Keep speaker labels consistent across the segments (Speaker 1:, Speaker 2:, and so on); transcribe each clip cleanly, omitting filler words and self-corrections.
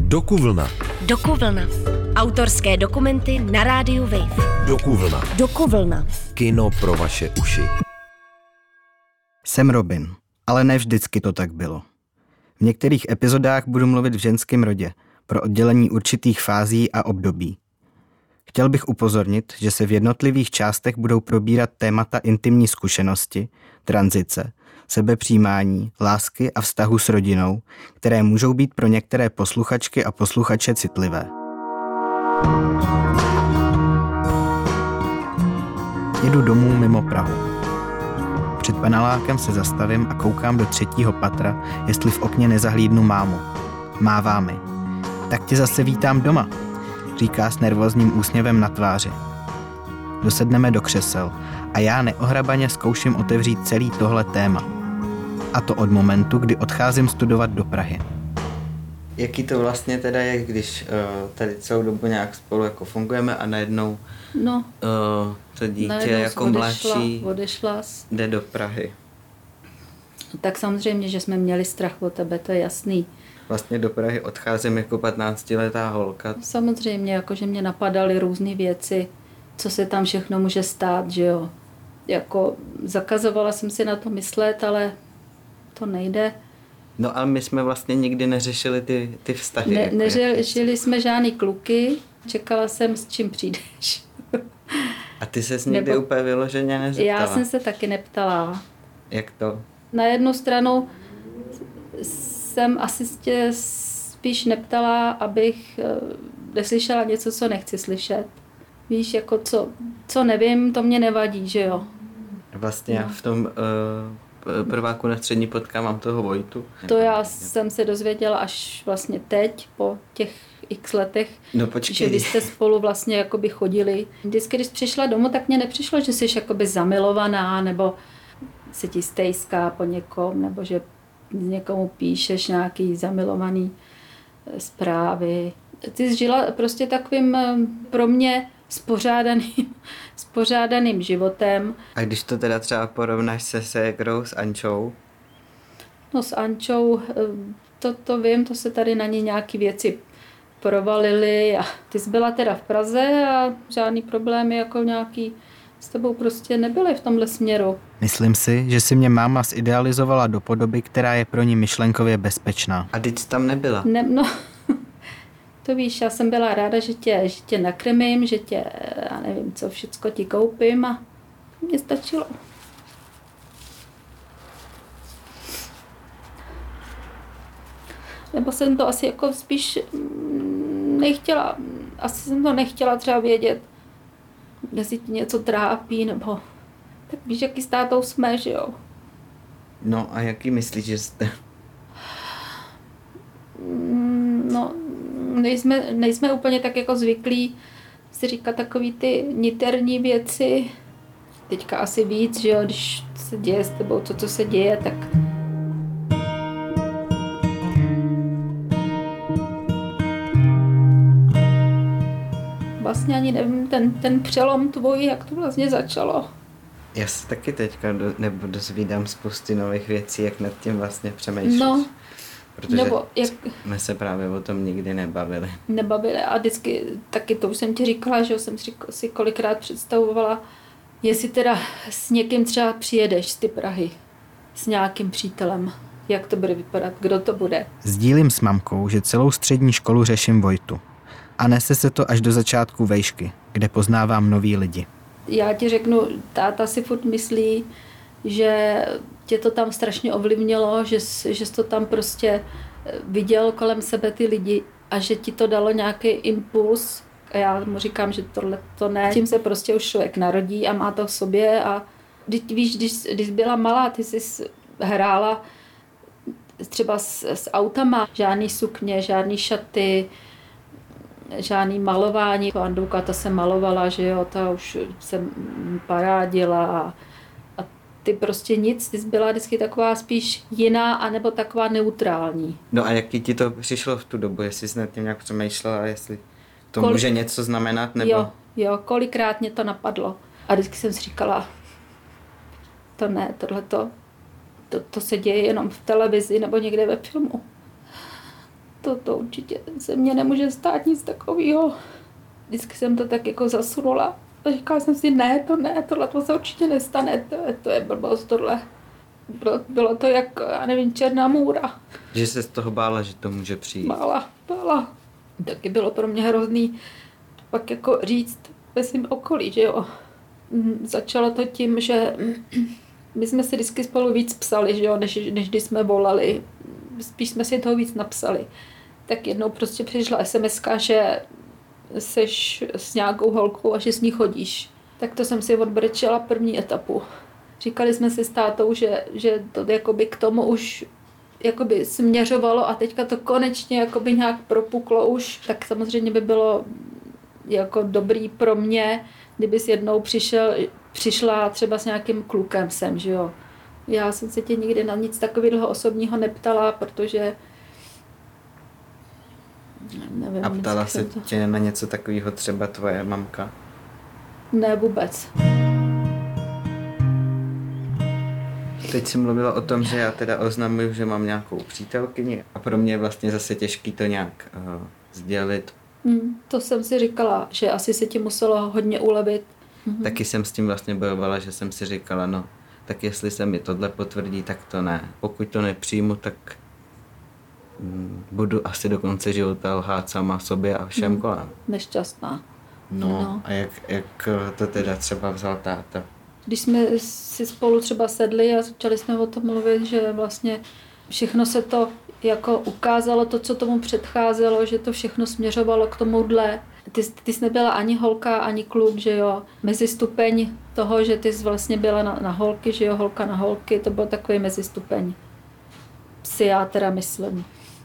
Speaker 1: Dokuvlna.
Speaker 2: Dokuvlna. Autorské dokumenty na rádiu Wave.
Speaker 1: Dokuvlna.
Speaker 2: Dokuvlna.
Speaker 1: Kino pro vaše uši.
Speaker 3: Jsem Robin, ale ne vždycky to tak bylo. V některých epizodách budu mluvit v ženském rodě, pro oddělení určitých fází a období. Chtěl bych upozornit, že se v jednotlivých částech budou probírat témata intimní zkušenosti, tranzice, sebepřijímání, lásky a vztahu s rodinou, které můžou být pro některé posluchačky a posluchače citlivé. Jedu domů mimo Prahu. Před panelákem se zastavím a koukám do 3. patra, jestli v okně nezahlídnu mámu. Mává mi. Tak tě zase vítám doma, říká s nervózním úsměvem na tváři. Dosedneme do křesel a já neohrabaně zkouším otevřít celý tohle téma. A to od momentu, kdy odcházím studovat do Prahy. Jaký to vlastně teda je, když tady celou dobu nějak spolu jako fungujeme a najednou to dítě jako mladší jde do Prahy?
Speaker 4: Tak samozřejmě, že jsme měli strach o tebe, to je jasný.
Speaker 3: Vlastně do Prahy odcházím jako 15letá holka.
Speaker 4: Samozřejmě, jakože mě napadaly různé věci, co se tam všechno může stát, že jo. Jako zakazovala jsem si na to myslet, ale to nejde.
Speaker 3: No ale my jsme vlastně nikdy neřešili ty vztahy.
Speaker 4: Neřešili jsme žádný kluky, čekala jsem, s čím přijdeš.
Speaker 3: A ty ses někdy úplně vyloženě nezeptala?
Speaker 4: Já jsem se taky neptala.
Speaker 3: Jak to?
Speaker 4: Na jednu stranu jsem asi tě spíš neptala, abych neslyšela něco, co nechci slyšet. Víš, jako co nevím, to mě nevadí, že jo.
Speaker 3: Vlastně já v tom prváku na střední potkám toho Vojtu.
Speaker 4: To já jsem se dozvěděla až vlastně teď, po těch x letech, že vy jste spolu vlastně jakoby chodili. Vždycky, když přišla domů, tak mně nepřišlo, že jsi jakoby zamilovaná, nebo se ti stejská po někom, nebo že někomu píšeš nějaký zamilovaný zprávy. Ty jsi žila prostě takovým pro mě spořádaným životem.
Speaker 3: A když to teda třeba porovnáš se ségrou s Ančou?
Speaker 4: No s Ančou, to vím, to se tady na ní nějaký věci provalily a ty jsi byla teda v Praze a žádný problémy jako nějaký s tebou prostě nebyly v tomhle směru.
Speaker 3: Myslím si, že si mě máma zidealizovala do podoby, která je pro ní myšlenkově bezpečná. A teď jsi tam nebyla?
Speaker 4: To víš, já jsem byla ráda, že tě nakrmím, že tě, já nevím, co všecko ti koupím a mně stačilo. Nebo jsem to asi jako spíš nechtěla, asi jsem to nechtěla třeba vědět, jestli ti něco trápí, nebo tak víš, jaký s tátou jsme, že jo.
Speaker 3: No a jaký myslíš, že jste?
Speaker 4: No, nejsme úplně tak jako zvyklí si říkat takový ty niterní věci. Teďka asi víc, že jo, když se děje s tebou to, co se děje, tak... Vlastně ani nevím, ten přelom tvůj, jak to vlastně začalo.
Speaker 3: Já se taky teďka dozvídám spousty nových věcí, jak nad tím vlastně přemýšlíš.
Speaker 4: No,
Speaker 3: protože jsme se právě o tom nikdy nebavili.
Speaker 4: A vždycky taky to už jsem ti říkala, že jsem si kolikrát představovala, jestli teda s někým třeba přijedeš z ty Prahy, s nějakým přítelem, jak to bude vypadat, kdo to bude.
Speaker 3: Sdílím s mamkou, že celou střední školu řeším Vojtu. A nese se to až do začátku vejšky, kde poznávám nový lidi.
Speaker 4: Já ti řeknu, táta si furt myslí, že tě to tam strašně ovlivnilo, že jsi to tam prostě viděl kolem sebe ty lidi a že ti to dalo nějaký impuls. A já mu říkám, že tohle to ne. Tím se prostě už člověk narodí a má to v sobě. A víš, když byla malá, ty jsi hrála třeba s autama, žádný sukně, žádný šaty, žádný malování. Andouka ta se malovala, že jo, ta už se parádila a ty prostě nic, ty jsi byla vždycky taková spíš jiná, anebo taková neutrální.
Speaker 3: No a jaký ti to přišlo v tu dobu, jestli jsi nad tím nějak přemýšlela, jestli to může něco znamenat, nebo...
Speaker 4: Jo, kolikrát mě to napadlo. A vždycky jsem si říkala, to ne, to se děje jenom v televizi nebo někde ve filmu. to určitě se mně nemůže stát nic takového. Vždycky jsem to tak jako zasunula. A říkala jsem si, tohle to se určitě nestane, to je blbost, tohle. Bylo to jak, já nevím, černá můra.
Speaker 5: Že se z toho bála, že to může přijít.
Speaker 4: Bála. Taky bylo pro mě hrozný pak jako říct ve svým okolí, že jo. Začalo to tím, že my jsme si vždycky spolu víc psali, že jo, než když jsme volali. Spíš jsme si toho víc napsali. Tak jednou prostě přišla SMS-ka, že seš s nějakou holkou a že s ní chodíš. Tak to jsem si odbrečela první etapu. Říkali jsme si s tátou, že to jakoby k tomu už jakoby směřovalo a teďka to konečně jakoby nějak propuklo už. Tak samozřejmě by bylo jako dobrý pro mě, kdyby s jednou přišla třeba s nějakým klukem sem, že jo. Já jsem se tě nikdy na nic takového osobního neptala, protože nevím.
Speaker 5: A ptala se tě na něco takového třeba tvoje mamka?
Speaker 4: Ne, vůbec.
Speaker 5: Teď jsi mluvila o tom, že já teda oznamuju, že mám nějakou přítelkyni a pro mě je vlastně zase těžký to nějak sdělit.
Speaker 4: To jsem si říkala, že asi se ti muselo hodně ulevit.
Speaker 5: Taky jsem s tím vlastně bojovala, že jsem si říkala, no, tak jestli se mi tohle potvrdí, tak to ne. Pokud to nepřijmu, tak budu asi do konce života lhát sama sobě a všem kolem.
Speaker 4: Nešťastná.
Speaker 5: No. A jak to teda třeba vzal táta?
Speaker 4: Když jsme si spolu třeba sedli a začali jsme o tom mluvit, že vlastně všechno se to jako ukázalo, to, co tomu předcházelo, že to všechno směřovalo k tomuhle. Ty jsi nebyla ani holka, ani kluk, že jo. Mezistupeň toho, že ty jsi vlastně byla na holky, že jo, holka na holky, to byl takový mezistupeň. Psychiatra, myslím.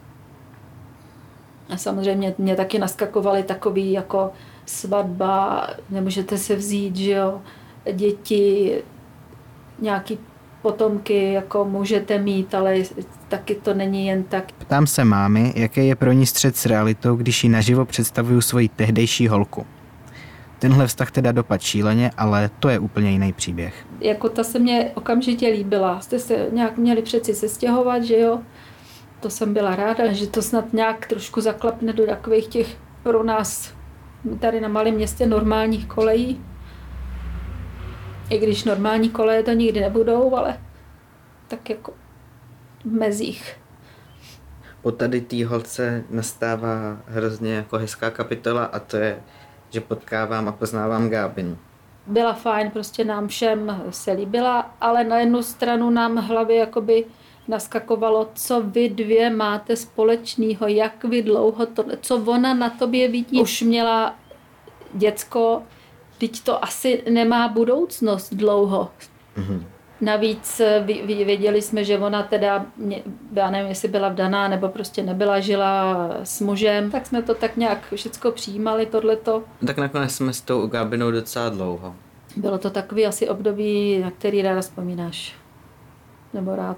Speaker 4: A samozřejmě mě taky naskakovaly takový jako svatba, nemůžete se vzít, že jo, děti, nějaký potomky, jako můžete mít, ale taky to není jen tak.
Speaker 3: Ptám se mámy, jaký je pro ní střet s realitou, když jí naživo představuju svoji tehdejší holku. Tenhle vztah teda dopadl šíleně, ale to je úplně jiný příběh.
Speaker 4: Jako ta se mě okamžitě líbila. Jste se nějak měli přeci sestěhovat, že jo? To jsem byla ráda, že to snad nějak trošku zaklapne do takových těch pro nás tady na malém městě normálních kolejí. I když normální koleje to nikdy nebudou, ale tak jako v mezích.
Speaker 5: Po tady té holce nastává hrozně jako hezká kapitola a to je, že potkávám a poznávám Gábinu.
Speaker 4: Byla fajn, prostě nám všem se líbila, ale na jednu stranu nám hlavě jakoby naskakovalo, co vy dvě máte společného, jak vy dlouho to, co ona na tobě vidí. Už měla děcko, teď to asi nemá budoucnost dlouho.
Speaker 5: Mm-hmm.
Speaker 4: Navíc věděli jsme, že ona teda, já nevím, jestli byla vdaná, nebo prostě nebyla, žila s mužem, tak jsme to tak nějak všecko přijímali, tohleto.
Speaker 5: Tak nakonec jsme s tou Gábinou docela dlouho.
Speaker 4: Bylo to takový asi období, na který ráda vzpomínáš. Nebo rád.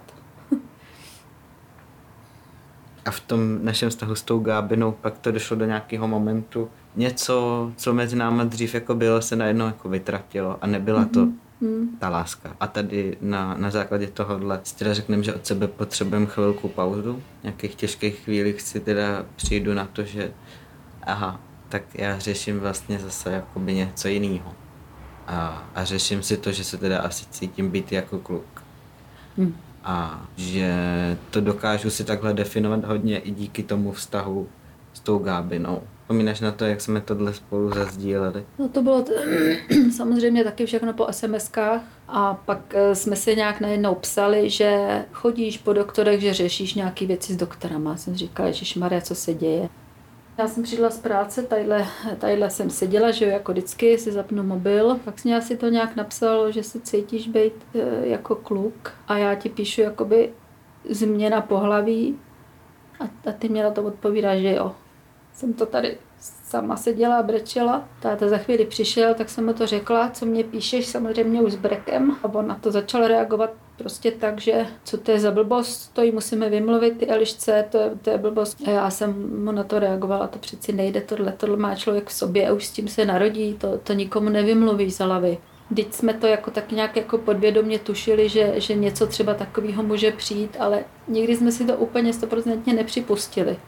Speaker 5: A v tom našem vztahu s tou Gábinou pak to došlo do nějakého momentu. Něco, co mezi náma dřív jako bylo, se najednou jako vytratilo a nebyla to ta láska. A tady na základě tohohle si teda řekneme, že od sebe potřebujeme chvilku pauzu. V nějakých těžkých chvílích si teda přijdu na to, že aha, tak já řeším vlastně zase jakoby něco jiného. A řeším si to, že se teda asi cítím být jako kluk. A že to dokážu si takhle definovat hodně i díky tomu vztahu s tou Gábinou. Vzpomínáš na to, jak jsme tohle spolu zazdíleli?
Speaker 4: No to bylo samozřejmě taky všechno po SMS-kách a pak jsme se nějak najednou psali, že chodíš po doktorech, že řešíš nějaké věci s doktorama. Jsem říkala, ježišmarja, co se děje. Já jsem přišla z práce, tadyhle jsem seděla, že jo, jako vždycky, si zapnu mobil. Pak jsem si to nějak napsal, že se cítíš být jako kluk a já ti píšu jakoby změna pohlaví a ty mě na to odpovídáš, že jo. Jsem to tady sama seděla a brečela. Táta za chvíli přišel, tak jsem mu to řekla, co mě píšeš, samozřejmě už s brekem. A on na to začal reagovat prostě tak, že co to je za blbost, to jí musíme vymluvit, ty Elišce, to je blbost. A já jsem mu na to reagovala, to přeci nejde, tohle má člověk v sobě a už s tím se narodí, to nikomu nevymluví z hlavy. Vždyť jsme to jako tak nějak jako podvědomě tušili, že něco třeba takového může přijít, ale nikdy jsme si to úplně 100% nepřipustili.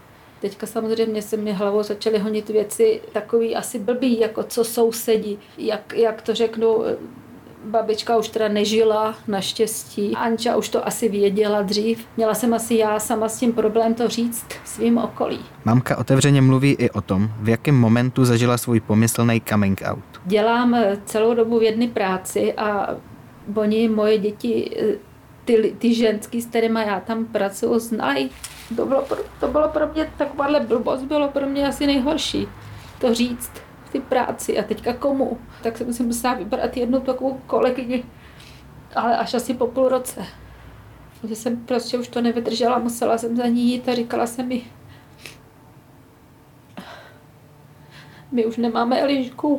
Speaker 4: Teďka samozřejmě se mi hlavou začaly honit věci takový asi blbý, jako co sousedí, jak to řeknu, babička už teda nežila, naštěstí. Anča už to asi věděla dřív. Měla jsem asi já sama s tím problém to říct svým okolí.
Speaker 3: Mamka otevřeně mluví i o tom, v jakém momentu zažila svůj pomyslný coming out. Dělám
Speaker 4: celou dobu v jedné práci a oni, moje děti, ty ženský, s kterýma já tam pracuji, znají. To bylo pro mě takováhle blbost, bylo pro mě asi nejhorší to říct v té práci. A teďka komu? Tak jsem si musela vybrat jednu takovou kolegyni, ale až asi po půl roce. Že jsem prostě už to nevydržela, musela jsem za ní jít a říkala jsem mi, my už nemáme Elišku.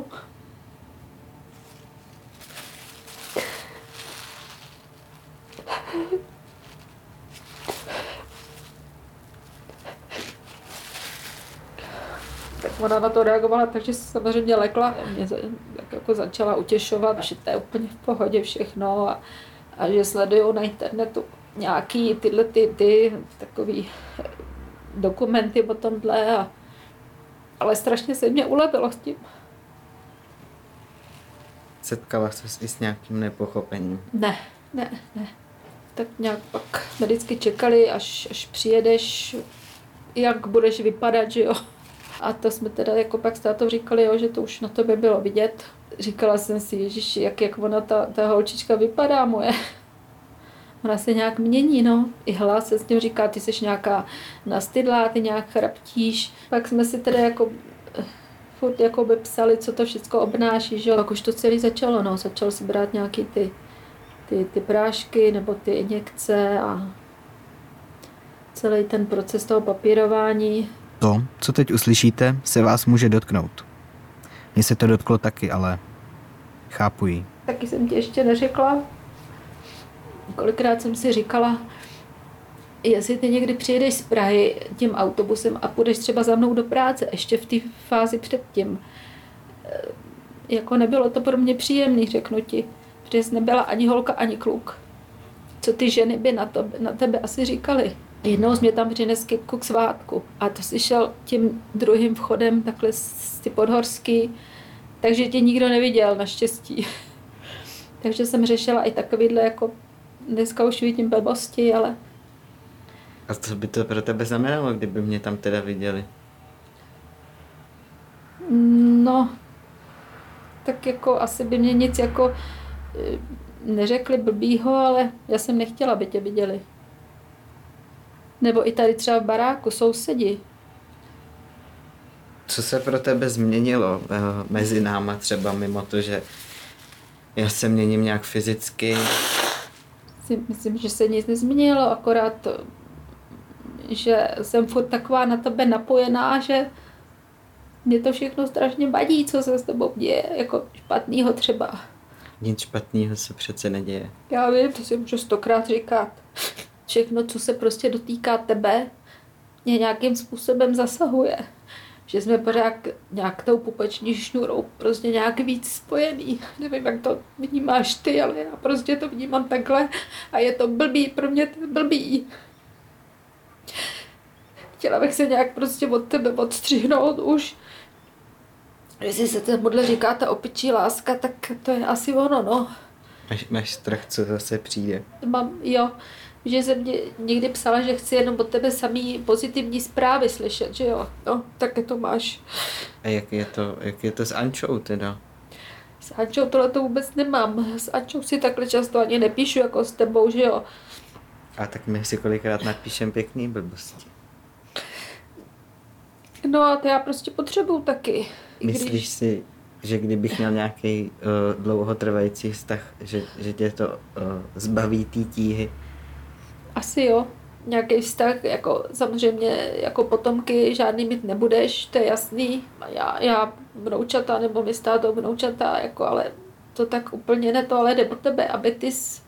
Speaker 4: Tak ona na to reagovala, takže se samozřejmě lekla. Mě tak jako začala utěšovat, že to je úplně v pohodě všechno a že sledují na internetu nějaký tyhle ty takový dokumenty o tomhle. Ale strašně se mě ulevilo s tím.
Speaker 5: Setkala ses i s nějakým nepochopením?
Speaker 4: Ne. Tak nějak pak jsme vždycky čekali, až přijedeš, jak budeš vypadat, že jo. A to jsme teda jako pak s tátou říkali, jo, že to už na tobě bylo vidět. Říkala jsem si, ježiši, jak ona ta holčička vypadá moje. Ona se nějak mění, no. I hlas se s tím říká, ty jsi nějaká nastydlá, ty nějak chraptíš. Pak jsme si teda jako furt jako by psali, co to všechno obnáší, že jo. Pak už to celé začalo, no. Začal si brát nějaký ty prášky nebo ty injekce a celý ten proces toho papírování.
Speaker 3: To, co teď uslyšíte, se vás může dotknout. Mně se to dotklo taky, ale chápu jí.
Speaker 4: Taky jsem ti ještě neřekla. Kolikrát jsem si říkala, jestli ty někdy přijedeš z Prahy tím autobusem a půjdeš třeba za mnou do práce, ještě v té fázi předtím. Jako nebylo to pro mě příjemný, řeknu ti, protože jsi nebyla ani holka, ani kluk. Co ty ženy by na tebe asi říkali. Jednou jsi mě tam přines kytku k svátku a to si šel tím druhým vchodem takhle z ty Podhorský, takže tě nikdo neviděl, naštěstí. Takže jsem řešila i takovýhle, jako dneska už vidím blbosti, ale...
Speaker 5: A co by to pro tebe znamenalo, kdyby mě tam teda viděli?
Speaker 4: No, tak jako asi by mě nic jako neřekli blbýho, ale já jsem nechtěla, aby tě viděli. Nebo i tady třeba v baráku, sousedi.
Speaker 5: Co se pro tebe změnilo mezi náma třeba mimo to, že já se měním nějak fyzicky?
Speaker 4: Myslím, že se nic nezměnilo, akorát to, že jsem furt taková na tebe napojená, že mě to všechno strašně vadí, co se s tebou děje, jako špatnýho třeba.
Speaker 5: Nic špatného se přece neděje.
Speaker 4: Já vím, to si můžu 100krát říkat. Všechno, co se prostě dotýká tebe, mě nějakým způsobem zasahuje. Že jsme pořád nějak tou pupeční šňůrou prostě nějak víc spojený. Nevím, jak to vnímáš ty, ale já prostě to vnímám takhle a je to blbý, pro mě to je blbý. Chtěla bych se nějak prostě od tebe odstřihnout už. Jestli se tomuhle říká ta opičí láska, tak to je asi ono, no.
Speaker 5: Máš strach, co zase přijde?
Speaker 4: Mám, jo. Že jsem mě někdy psala, že chci jenom od tebe samý pozitivní zprávy slyšet, že jo? No, taky to máš.
Speaker 5: A jak je to s Ančou teda?
Speaker 4: S Ančou tohle to vůbec nemám. S Ančou si takhle často ani nepíšu jako s tebou, že jo?
Speaker 5: A tak my si kolikrát napíšem pěkný blbosti.
Speaker 4: No a to já prostě potřebuju taky.
Speaker 5: Myslíš si, že kdybych měl nějaký dlouhotrvající vztah, že tě to zbaví té tíhy?
Speaker 4: Asi jo. Nějaký vztah, jako samozřejmě jako potomky žádný mít nebudeš, to je jasný. Já vnoučata, nebo my s tátou vnoučata, jako, ale to tak úplně ne to, ale jde po tebe, aby ty jsi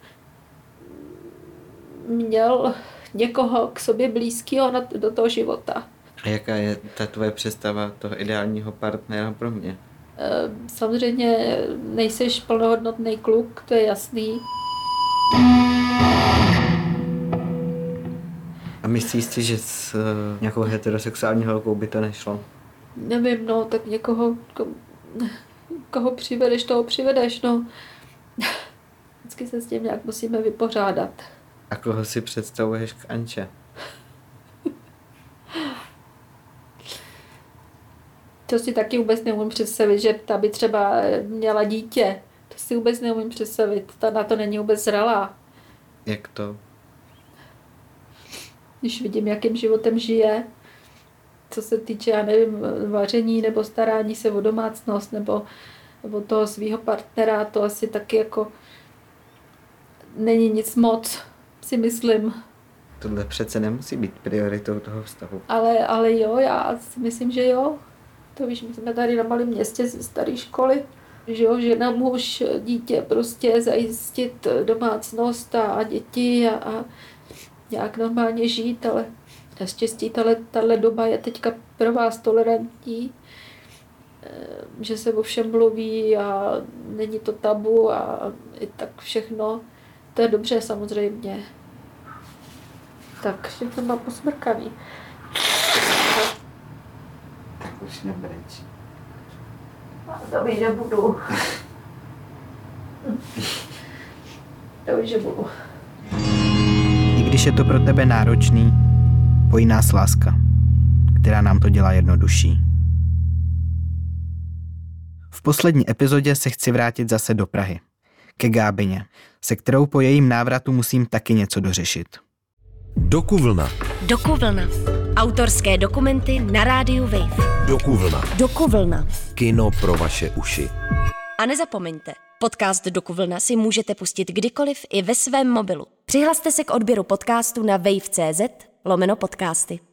Speaker 4: měl někoho k sobě blízkého do toho života.
Speaker 5: A jaká je ta tvoje představa toho ideálního partnera pro mě?
Speaker 4: Samozřejmě nejseš plnohodnotný kluk, to je jasný.
Speaker 5: myslíš si, že s nějakou heterosexuální holkou by to nešlo?
Speaker 4: Nevím, no, tak někoho, koho přivedeš, toho přivedeš, no. Vždycky se s tím nějak musíme vypořádat.
Speaker 5: A koho si představuješ k Anče?
Speaker 4: To si taky vůbec neumím představit, že ta by třeba měla dítě. To si vůbec neumím představit. Ta na to není vůbec zralá.
Speaker 5: Jak to?
Speaker 4: Když vidím, jakým životem žije, co se týče, já nevím, vaření nebo starání se o domácnost nebo toho svého partnera, to asi taky jako není nic moc, si myslím.
Speaker 5: Tohle přece nemusí být prioritou toho vztahu.
Speaker 4: Ale jo, já si myslím, že jo. To víš, my jsme tady na malém městě ze staré školy, že jo, žena, muž, dítě, prostě zajistit domácnost a děti a nějak normálně žít, ale naštěstí tahle doba je teďka pro vás tolerantní, že se o všem mluví a není to tabu a i tak všechno. To je dobře samozřejmě. Tak všechno mám posmrkaný.
Speaker 5: Už nebreč.
Speaker 4: To víš, že budu. To víš, že budu.
Speaker 3: I když je to pro tebe náročný, pojí nás láska, která nám to dělá jednodušší. V poslední epizodě se chci vrátit zase do Prahy, ke Gábině, se kterou po jejím návratu musím taky něco dořešit.
Speaker 1: Dokuvlna.
Speaker 2: Dokuvlna. Autorské dokumenty na rádiu Wave.
Speaker 1: Dokuvlna.
Speaker 2: Dokuvlna.
Speaker 1: Kino pro vaše uši.
Speaker 2: A nezapomeňte, podcast Dokuvlna si můžete pustit kdykoliv i ve svém mobilu. Přihlaste se k odběru podcastu na wave.cz/podcasty.